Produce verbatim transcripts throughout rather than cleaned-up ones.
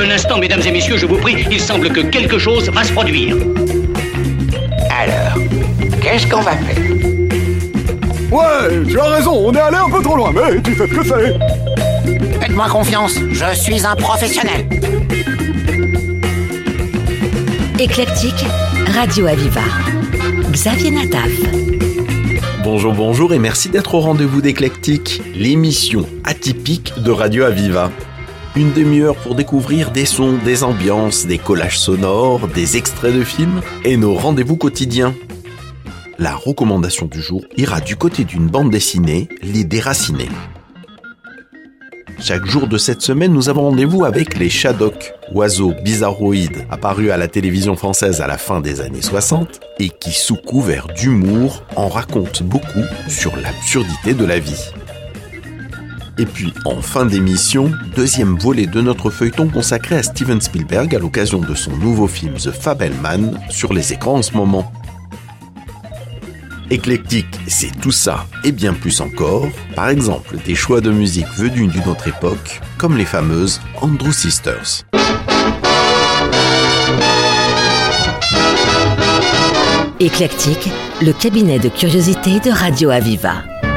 Un instant, mesdames et messieurs, je vous prie, il semble que quelque chose va se produire. Alors, qu'est-ce qu'on va faire? Ouais, tu as raison, on est allé un peu trop loin, mais tu sais ce que c'est. Faites-moi confiance, je suis un professionnel. Éclectique, Radio Aviva. Xavier Nataf. Bonjour, bonjour et merci d'être au rendez-vous d'Éclectique, l'émission atypique de Radio Aviva. Une demi-heure pour découvrir des sons, des ambiances, des collages sonores, des extraits de films et nos rendez-vous quotidiens. La recommandation du jour ira du côté d'une bande dessinée, Les Déracinés. Chaque jour de cette semaine, nous avons rendez-vous avec les Shadocks, oiseaux bizarroïdes apparus à la télévision française à la fin des années soixante et qui, sous couvert d'humour, en racontent beaucoup sur l'absurdité de la vie. Et puis, en fin d'émission, deuxième volet de notre feuilleton consacré à Steven Spielberg à l'occasion de son nouveau film The Fabelman sur les écrans en ce moment. Éclectique, c'est tout ça et bien plus encore. Par exemple, des choix de musique venus d'une autre époque, comme les fameuses Andrew Sisters. Éclectique, le cabinet de curiosité de Radio Aviva.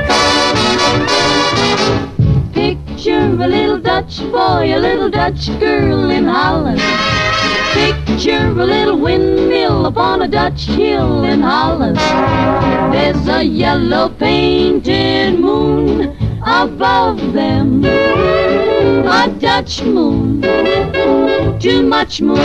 Picture a little Dutch boy, a little Dutch girl in Holland. Picture a little windmill upon a Dutch hill in Holland. There's a yellow painted moon above them, a Dutch moon, too much moon.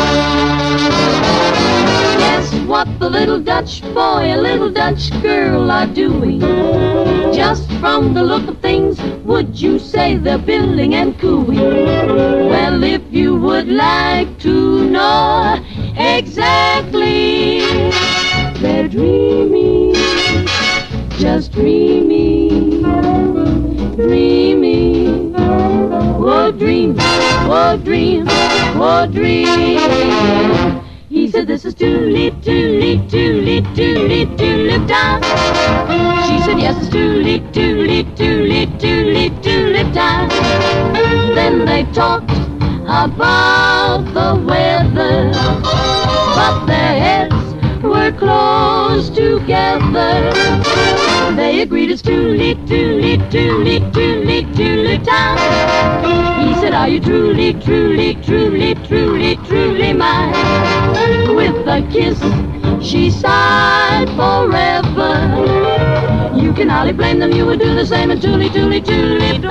Guess what the little Dutch boy, a little Dutch girl are doing? Just from the look of things, would you say they're billing and cooing? Well, if you would like to know exactly, they're dreaming, just dreaming, dreaming. Oh, dream, oh, dream, oh, dream. He said, this is tulip, tulip, tulip, tulip, tulip time. She said, yes, it's tulip, tulip, tulip, tulip, tulip time. Then they talked about the weather, but their heads were close together. They agreed it's tulip, tulip, tulip, tulip, tulip time. He said, are you truly, truly, truly, truly, truly mine? With a kiss, she sighed forever. You can hardly blame them, you would do the same. And tulip, tulip, tulip,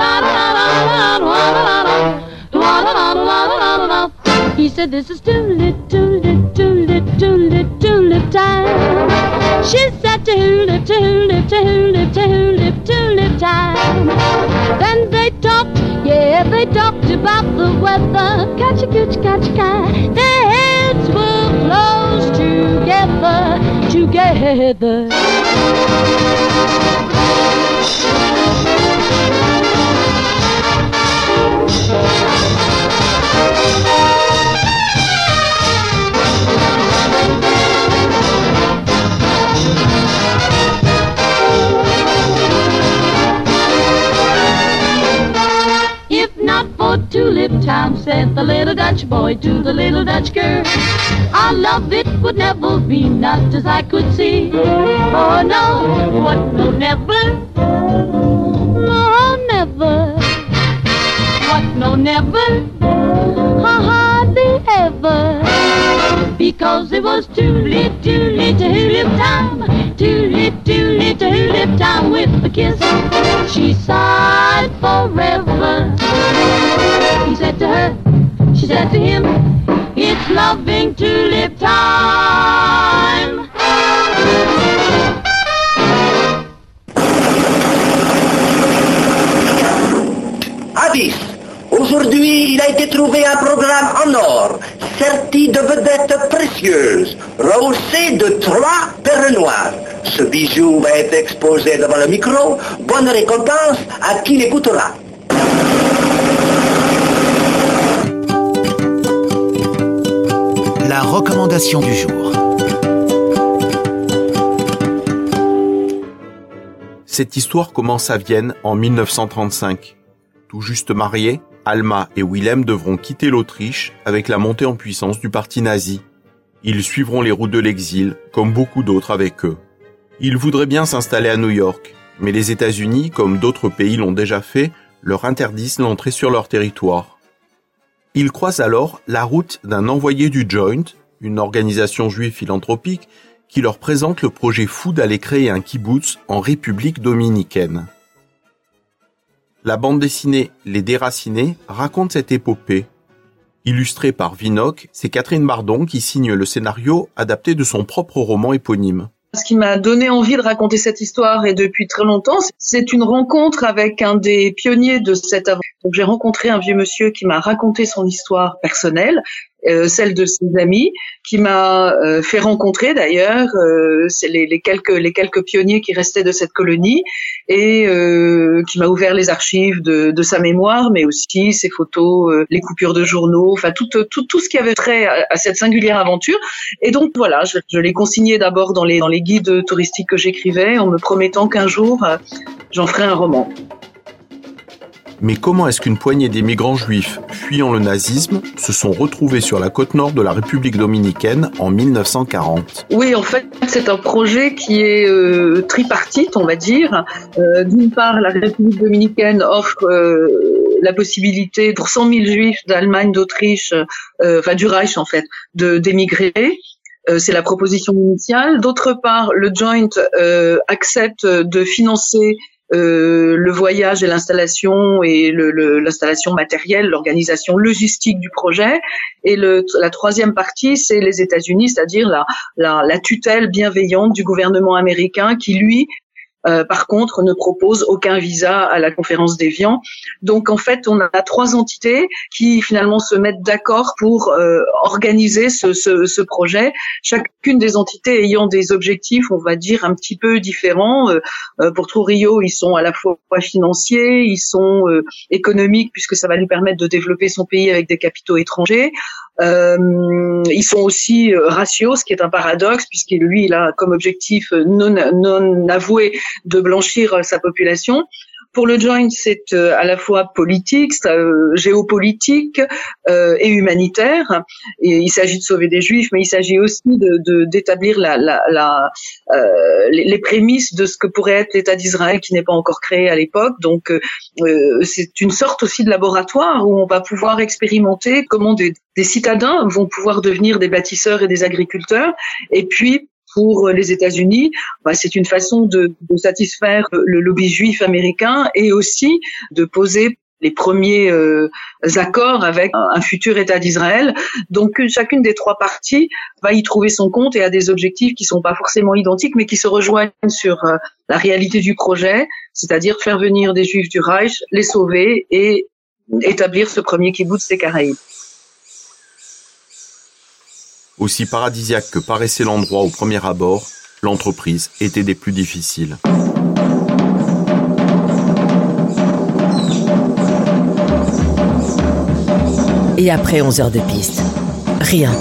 he said, this is tulip, tulip, tulip, tulip, tulip time. She said, tulip, tulip, tulip, tulip, tulip time. Then they talked, yeah, they talked about the weather. Catch a catch, catch a cat. Their heads were close together, together. Tulip time, said the little Dutch boy to the little Dutch girl. Our love, it would never be, not as I could see. Oh no, what, no, never? No, never. What, no, never? Hardly ever. Because it was tulip, tulip, tulip time. Tulip, tulip, tulip time. With a kiss, she sighed forever. He said to her, she said to him, it's loving tulip time. Avis, aujourd'hui il a été trouvé un programme en or, serti de vedettes précieuses, rehaussé de trois perles noires. Ce bijou va être exposé devant le micro, bonne récompense à qui l'écoutera. La recommandation du jour. Cette histoire commence à Vienne en mille neuf cent trente-cinq. Tout juste marié, Alma et Wilhelm devront quitter l'Autriche avec la montée en puissance du parti nazi. Ils suivront les routes de l'exil, comme beaucoup d'autres avec eux. Ils voudraient bien s'installer à New York, mais les États-Unis, comme d'autres pays l'ont déjà fait, leur interdisent l'entrée sur leur territoire. Ils croisent alors la route d'un envoyé du Joint, une organisation juive philanthropique, qui leur présente le projet fou d'aller créer un kibbutz en République dominicaine. La bande dessinée Les Déracinés raconte cette épopée. Illustrée par Vinocq, c'est Catherine Bardon qui signe le scénario adapté de son propre roman éponyme. Ce qui m'a donné envie de raconter cette histoire, et depuis très longtemps, c'est une rencontre avec un des pionniers de cette aventure. Donc j'ai rencontré un vieux monsieur qui m'a raconté son histoire personnelle, euh, celle de ses amis, qui m'a euh, fait rencontrer d'ailleurs euh, c'est les, les quelques les quelques pionniers qui restaient de cette colonie, et euh, qui m'a ouvert les archives de, de sa mémoire, mais aussi ses photos, euh, les coupures de journaux, enfin tout tout tout ce qui avait trait à, à cette singulière aventure. Et donc voilà, je, je l'ai consigné d'abord dans les dans les guides touristiques que j'écrivais, en me promettant qu'un jour euh, j'en ferai un roman. Mais comment est-ce qu'une poignée d'émigrants juifs fuyant le nazisme se sont retrouvés sur la côte nord de la République dominicaine en mille neuf cent quarante ? Oui, en fait, c'est un projet qui est euh, tripartite, on va dire. Euh, d'une part, la République dominicaine offre euh, la possibilité pour cent mille juifs d'Allemagne, d'Autriche, euh, enfin du Reich en fait, de d'émigrer. Euh, c'est la proposition initiale. D'autre part, le Joint euh, accepte de financer Euh, le voyage et l'installation et le, le, l'installation matérielle, l'organisation logistique du projet. Et le, la troisième partie, c'est les États-Unis, c'est-à-dire la, la, la tutelle bienveillante du gouvernement américain qui, lui, Euh, par contre, ne propose aucun visa à la conférence d'Évian. Donc, en fait, on a trois entités qui finalement se mettent d'accord pour euh, organiser ce, ce, ce projet. Chacune des entités ayant des objectifs, on va dire, un petit peu différents. Euh, euh, pour Trujillo, ils sont à la fois financiers, ils sont euh, économiques, puisque ça va lui permettre de développer son pays avec des capitaux étrangers. Euh, ils sont aussi euh, raciaux, ce qui est un paradoxe, puisque lui, il a comme objectif non, non avoué de blanchir sa population. Pour le Joint, c'est euh, à la fois politique, euh, géopolitique euh, et humanitaire. Et il s'agit de sauver des Juifs, mais il s'agit aussi de, de d'établir la, la, la, euh, les, les prémices de ce que pourrait être l'État d'Israël, qui n'est pas encore créé à l'époque. Donc, euh, c'est une sorte aussi de laboratoire où on va pouvoir expérimenter comment des, des citadins vont pouvoir devenir des bâtisseurs et des agriculteurs. Et puis, pour les États-Unis, bah, c'est une façon de, de satisfaire le lobby juif américain et aussi de poser les premiers euh, accords avec un, un futur État d'Israël. Donc chacune des trois parties va y trouver son compte et a des objectifs qui sont pas forcément identiques, mais qui se rejoignent sur euh, la réalité du projet, c'est-à-dire faire venir des Juifs du Reich, les sauver et établir ce premier kibbutz des Caraïbes. Aussi paradisiaque que paraissait l'endroit au premier abord, l'entreprise était des plus difficiles. Et après onze heures de piste, rien.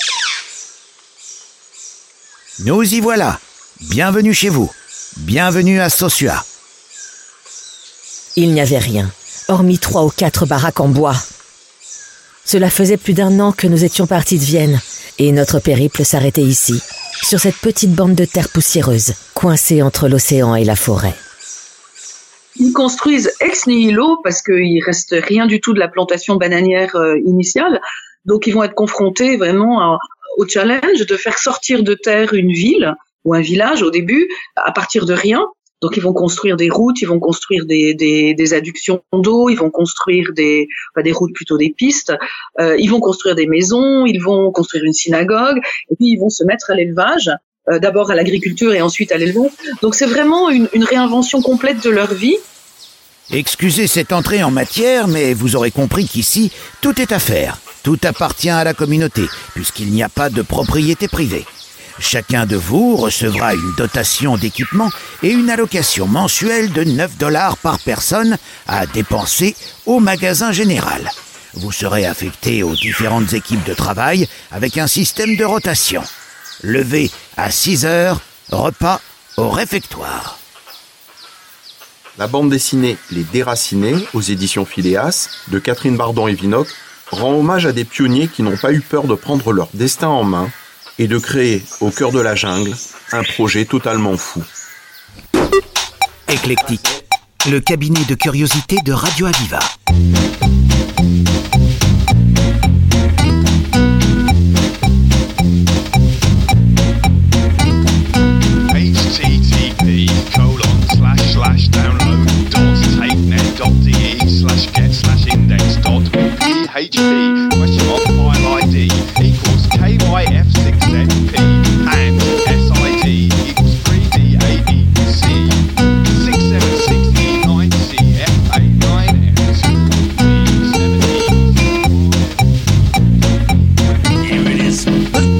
Nous y voilà. Bienvenue chez vous. Bienvenue à Sosua. Il n'y avait rien, hormis trois ou quatre baraques en bois. Cela faisait plus d'un an que nous étions partis de Vienne. Et notre périple s'arrêtait ici, sur cette petite bande de terre poussiéreuse, coincée entre l'océan et la forêt. Ils construisent ex nihilo parce qu'il reste rien du tout de la plantation bananière euh, initiale. Donc ils vont être confrontés vraiment à, au challenge de faire sortir de terre une ville ou un village au début à partir de rien. Donc ils vont construire des routes, ils vont construire des, des, des adductions d'eau, ils vont construire des, enfin des routes plutôt des pistes, euh, ils vont construire des maisons, ils vont construire une synagogue, et puis ils vont se mettre à l'élevage, euh, d'abord à l'agriculture et ensuite à l'élevage. Donc c'est vraiment une, une réinvention complète de leur vie. Excusez cette entrée en matière, mais vous aurez compris qu'ici, tout est à faire. Tout appartient à la communauté, puisqu'il n'y a pas de propriété privée. Chacun de vous recevra une dotation d'équipement et une allocation mensuelle de neuf dollars par personne à dépenser au magasin général. Vous serez affecté aux différentes équipes de travail avec un système de rotation. Lever à six heures, repas au réfectoire. La bande dessinée Les Déracinés, aux éditions Phileas, de Catherine Bardon et Vinocq, rend hommage à des pionniers qui n'ont pas eu peur de prendre leur destin en main et de créer, au cœur de la jungle, un projet totalement fou. Éclectique, le cabinet de curiosité de Radio Aviva. Slash download dot takenet dot de slash get slash index dot php question mark file I D equals K Y F six Z P and S I D equals three D A B C six seven six E nine C F A nine F two B seven E. Here it is.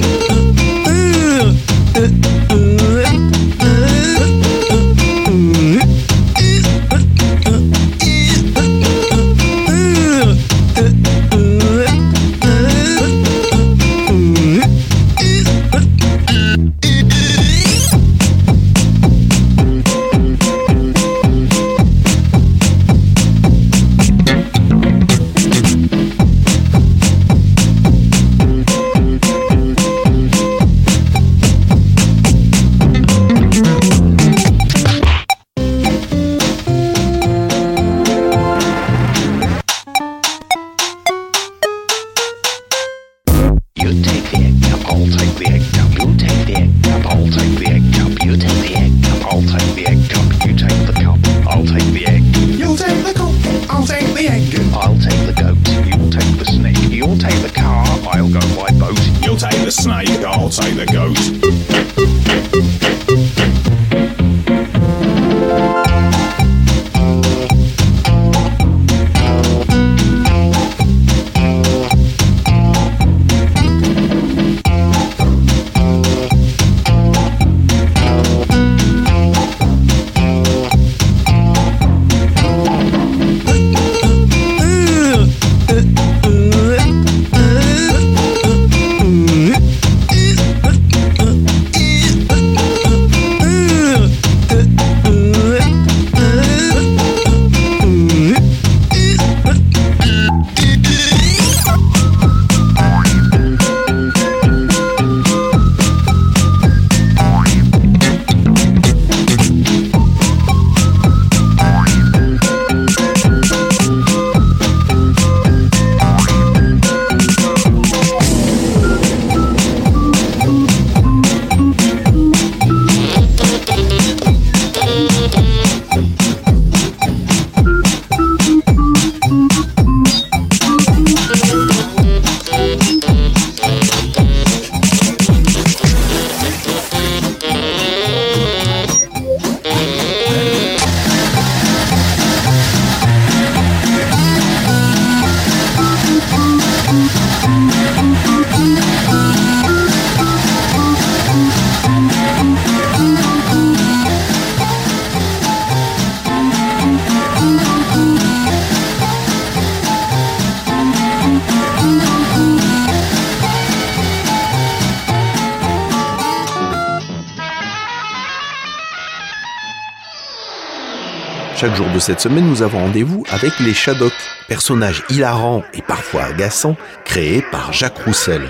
Chaque jour de cette semaine, nous avons rendez-vous avec les Shadocks, personnages hilarants et parfois agaçants, créés par Jacques Roussel.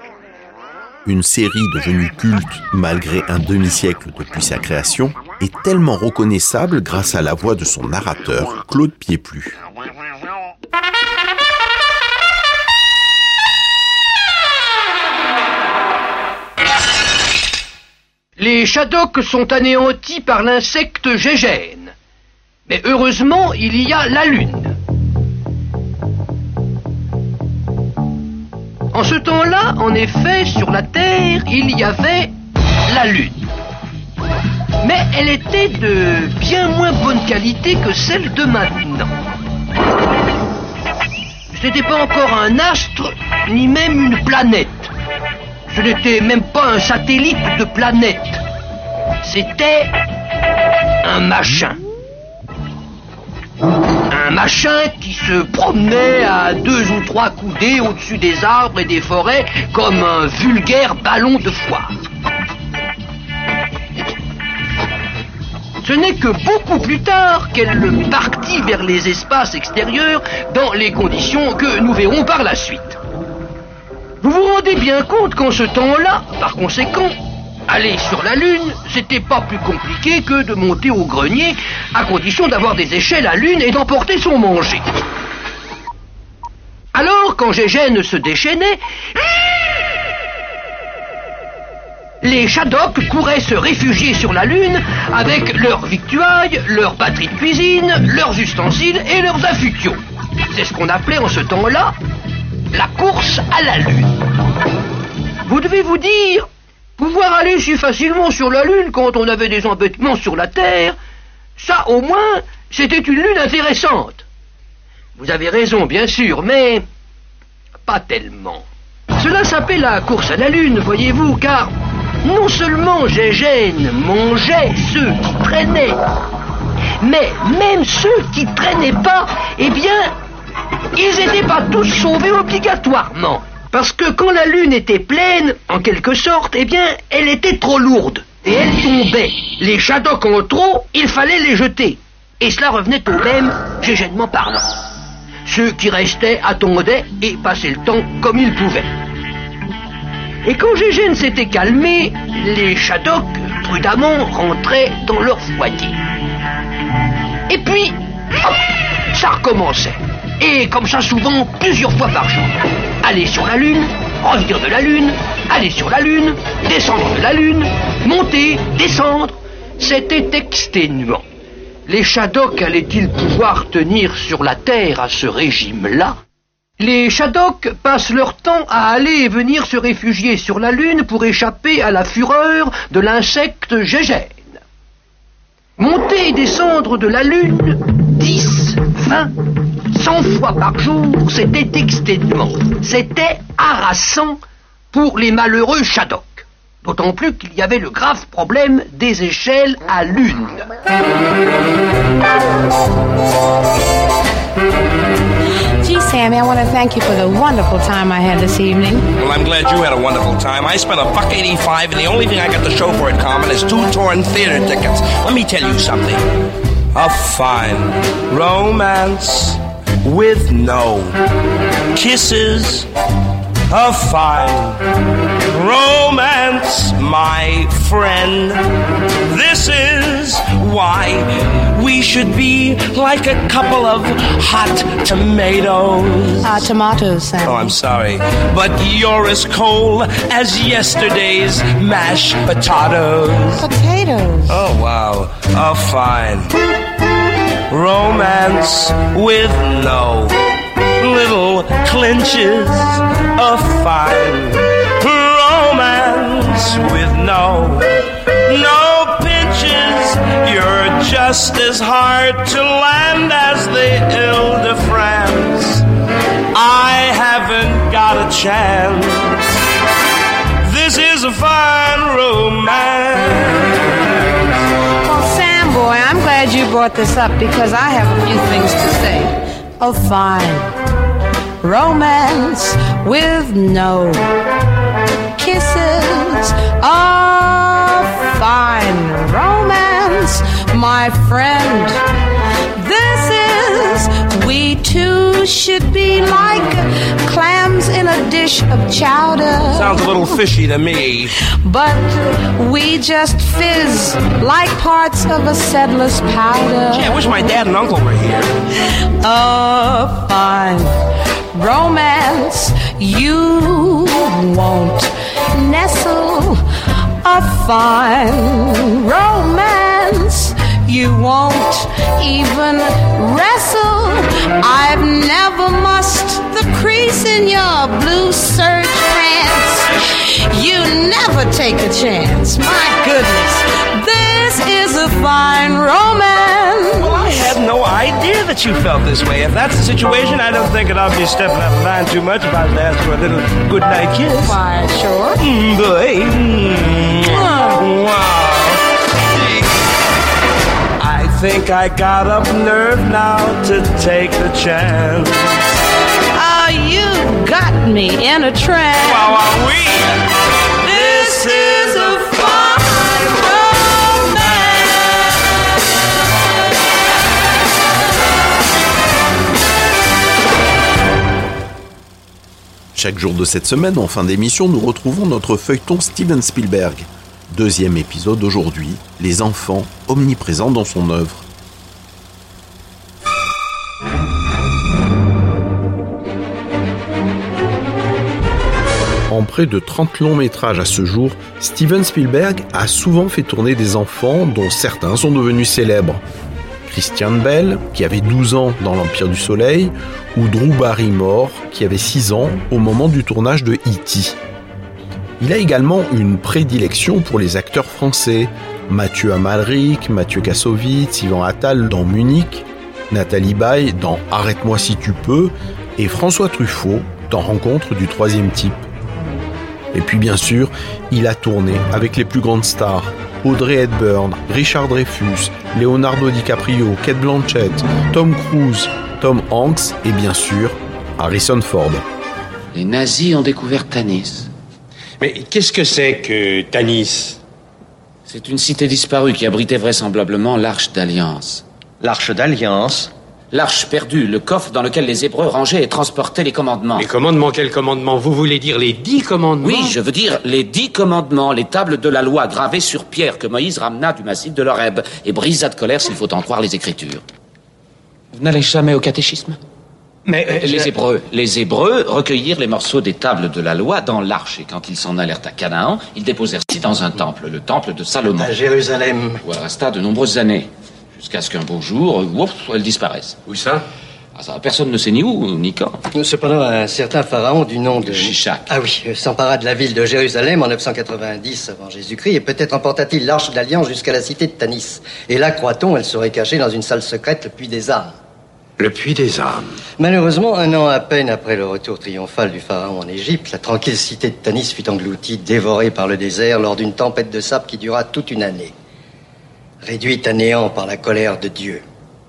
Une série devenue culte malgré un demi-siècle depuis sa création est tellement reconnaissable grâce à la voix de son narrateur, Claude Pieplu. Les Shadocks sont anéantis par l'insecte Gégène. Mais heureusement, il y a la Lune. En ce temps-là, en effet, sur la Terre, il y avait la Lune. Mais elle était de bien moins bonne qualité que celle de maintenant. Ce n'était pas encore un astre, ni même une planète. Ce n'était même pas un satellite de planète. C'était un machin. Un machin qui se promenait à deux ou trois coudées au-dessus des arbres et des forêts comme un vulgaire ballon de foire. Ce n'est que beaucoup plus tard qu'elle partit vers les espaces extérieurs dans les conditions que nous verrons par la suite. Vous vous rendez bien compte qu'en ce temps-là, par conséquent, aller sur la Lune, c'était pas plus compliqué que de monter au grenier, à condition d'avoir des échelles à Lune et d'emporter son manger. Alors, quand Gégène se déchaînait, les Shadocks couraient se réfugier sur la Lune avec leurs victuailles, leurs batteries de cuisine, leurs ustensiles et leurs affûtions. C'est ce qu'on appelait en ce temps-là la course à la Lune. Vous devez vous dire, pouvoir aller si facilement sur la Lune quand on avait des embêtements sur la Terre, ça au moins, c'était une Lune intéressante. Vous avez raison, bien sûr, mais pas tellement. Cela s'appelle la course à la Lune, voyez-vous, car non seulement Gégène mangeait ceux qui traînaient, mais même ceux qui traînaient pas, eh bien, ils n'étaient pas tous sauvés obligatoirement. Parce que quand la Lune était pleine, en quelque sorte, eh bien, elle était trop lourde. Et elle tombait. Les Shadocks en trop, il fallait les jeter. Et cela revenait au même, Gégènement parlant. Ceux qui restaient attendaient et passaient le temps comme ils pouvaient. Et quand Gégène s'était calmé, les Shadocks, prudemment, rentraient dans leur foyer. Et puis, hop, ça recommençait. Et comme ça souvent, plusieurs fois par jour. Aller sur la Lune, revenir de la Lune, aller sur la Lune, descendre de la Lune, monter, descendre. C'était exténuant. Les Shadocks allaient-ils pouvoir tenir sur la Terre à ce régime-là? Les Shadocks passent leur temps à aller et venir se réfugier sur la Lune pour échapper à la fureur de l'insecte Gégène. Monter et descendre de la Lune, dix, vingt, cent fois par jour, c'était exténuant. C'était harassant pour les malheureux Shadocks. D'autant plus qu'il y avait le grave problème des échelles à Lune. Gee, Sammy, I want to thank you for the wonderful time I had this evening. Well, I'm glad you had a wonderful time. I spent a buck eighty-five, and the only thing I got to show for it, Carmen, is two torn theater tickets. Let me tell you something. A fine romance with no kisses. A fine romance, my friend. This is why we should be like a couple of hot tomatoes. Uh, tomatoes, Sam. Oh, I'm sorry. But you're as cold as yesterday's mashed potatoes. Potatoes. Oh, wow. A fine romance with no little clinches. A fine romance with no, no pinches. You're just as hard to land as the Ile-de-France. I haven't got a chance. This is a fine romance. Well, Sam, boy, I'm glad you brought this up because I have a few things to say. Oh, fine romance with no kisses. A fine romance, my friend. This is, we two should be like clams in a dish of chowder. Sounds a little fishy to me. But we just fizz like parts of a settler's powder. Gee, I wish my dad and uncle were here. A fine romance, you won't nestle. A fine romance, you won't even wrestle. I've never mussed the crease in your blue serge pants. You never take a chance. My goodness, this is a fine romance. Well, I had no idea that you felt this way. If that's the situation, I don't think that I'll be stepping out of line too much if I was to ask for a little good night kiss. Why, sure. Mm, boy. Mm. Oh. Wow. I think I got up nerve now to take the chance. Oh, you got me in a trance. Wow, wow, we. This is a fine romance. Chaque jour de cette semaine, en fin d'émission, nous retrouvons notre feuilleton Steven Spielberg. Deuxième épisode aujourd'hui, les enfants omniprésents dans son œuvre. En près de trente longs métrages à ce jour, Steven Spielberg a souvent fait tourner des enfants dont certains sont devenus célèbres. Christian Bale, qui avait douze ans dans l'Empire du Soleil, ou Drew Barrymore, qui avait six ans au moment du tournage de E T Il a également une prédilection pour les acteurs français, Mathieu Amalric, Mathieu Kassovitz, Yvan Attal dans Munich, Nathalie Baye dans Arrête-moi si tu peux, et François Truffaut dans Rencontre du troisième type. Et puis bien sûr, il a tourné avec les plus grandes stars, Audrey Hepburn, Richard Dreyfuss, Leonardo DiCaprio, Cate Blanchett, Tom Cruise, Tom Hanks et bien sûr, Harrison Ford. Les nazis ont découvert Tanis. Mais qu'est-ce que c'est que Tanis ? C'est une cité disparue qui abritait vraisemblablement l'Arche d'Alliance. L'Arche d'Alliance ? L'Arche perdue, le coffre dans lequel les Hébreux rangeaient et transportaient les commandements. Les commandements, quels commandements ? Vous voulez dire les dix commandements ? Oui, je veux dire les dix commandements, les tables de la loi gravées sur pierre que Moïse ramena du massif de l'Horeb et brisa de colère s'il faut en croire les Écritures. Vous n'allez jamais au catéchisme ? Mais euh, les je... Hébreux, les Hébreux recueillirent les morceaux des tables de la loi dans l'arche et quand ils s'en allèrent à Canaan, ils déposèrent ci dans un temple, le temple de Salomon. À Jérusalem. Où elle resta de nombreuses années. Jusqu'à ce qu'un beau jour, ouf, elle disparaisse. Où ça ? Ah, ça, personne ne sait ni où, ni quand. Cependant, un certain pharaon du nom de... Shishak. Ah oui, s'empara de la ville de Jérusalem en neuf cent quatre-vingt-dix avant Jésus-Christ et peut-être emporta-t-il l'arche d'alliance jusqu'à la cité de Tanis. Et là, croit-on, elle serait cachée dans une salle secrète, le puits des âmes. Le puits des âmes. Malheureusement, un an à peine après le retour triomphal du pharaon en Égypte, la tranquille cité de Tanis fut engloutie, dévorée par le désert lors d'une tempête de sable qui dura toute une année. Réduite à néant par la colère de Dieu.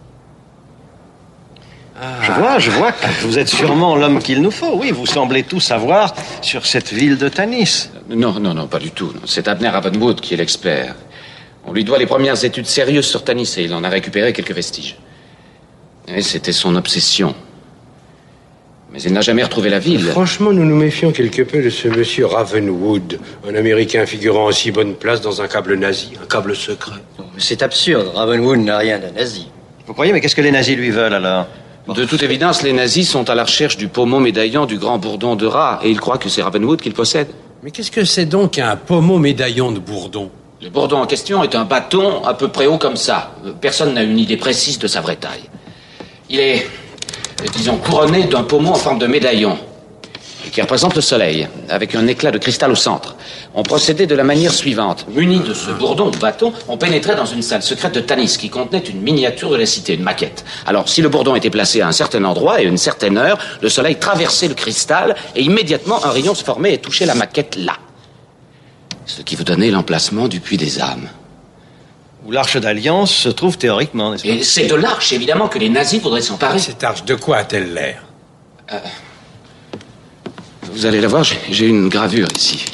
Ah. Je vois, je vois que vous êtes sûrement l'homme qu'il nous faut. Oui, vous semblez tout savoir sur cette ville de Tanis. Non, non, non, pas du tout. C'est Abner Ravenwood qui est l'expert. On lui doit les premières études sérieuses sur Tanis et il en a récupéré quelques vestiges. Et c'était son obsession. Mais il n'a jamais retrouvé la ville. Franchement, nous nous méfions quelque peu de ce monsieur Ravenwood, un Américain figurant en si bonne place dans un câble nazi, un câble secret. C'est absurde, Ravenwood n'a rien d'un nazi. Vous croyez, mais qu'est-ce que les nazis lui veulent alors ? De toute évidence, les nazis sont à la recherche du pommeau médaillon du grand bourdon de rat, et ils croient que c'est Ravenwood qui le possède. Mais qu'est-ce que c'est donc un pommeau médaillon de bourdon ? Le bourdon en question est un bâton à peu près haut comme ça. Personne n'a une idée précise de sa vraie taille. Il est, disons, couronné d'un pommeau en forme de médaillon, qui représente le soleil, avec un éclat de cristal au centre. On procédait de la manière suivante. Munis de ce bourdon ou bâton, on pénétrait dans une salle secrète de Tanis qui contenait une miniature de la cité, une maquette. Alors, si le bourdon était placé à un certain endroit et à une certaine heure, le soleil traversait le cristal et immédiatement un rayon se formait et touchait la maquette là. Ce qui vous donnait l'emplacement du puits des âmes. Où l'arche d'alliance se trouve théoriquement, n'est-ce pas ? Et c'est de l'arche, évidemment, que les nazis voudraient s'emparer. Cette arche, de quoi a-t-elle l'air ? euh, Vous allez la voir, j'ai, j'ai une gravure ici.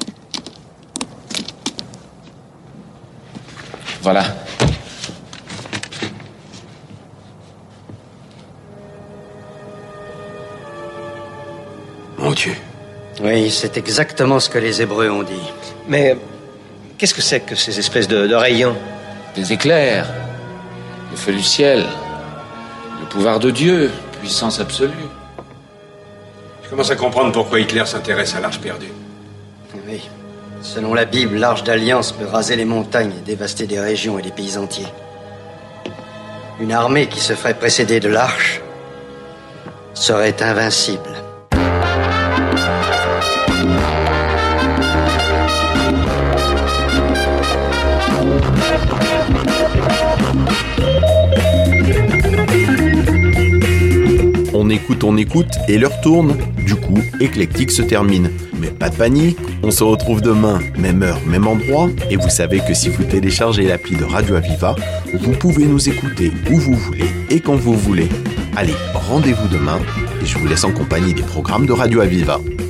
Voilà. Mon Dieu. Oui, c'est exactement ce que les Hébreux ont dit. Mais qu'est-ce que c'est que ces espèces de, de rayons ? Des éclairs, le feu du ciel, le pouvoir de Dieu, puissance absolue. Je commence à comprendre pourquoi Hitler s'intéresse à l'arche perdue. Oui. Selon la Bible, l'arche d'alliance peut raser les montagnes et dévaster des régions et des pays entiers. Une armée qui se ferait précéder de l'arche serait invincible. On écoute, on écoute, et l'heure tourne. Du coup, Éclectique se termine. Mais pas de panique, on se retrouve demain, même heure, même endroit. Et vous savez que si vous téléchargez l'appli de Radio Aviva, vous pouvez nous écouter où vous voulez et quand vous voulez. Allez, rendez-vous demain, et je vous laisse en compagnie des programmes de Radio Aviva.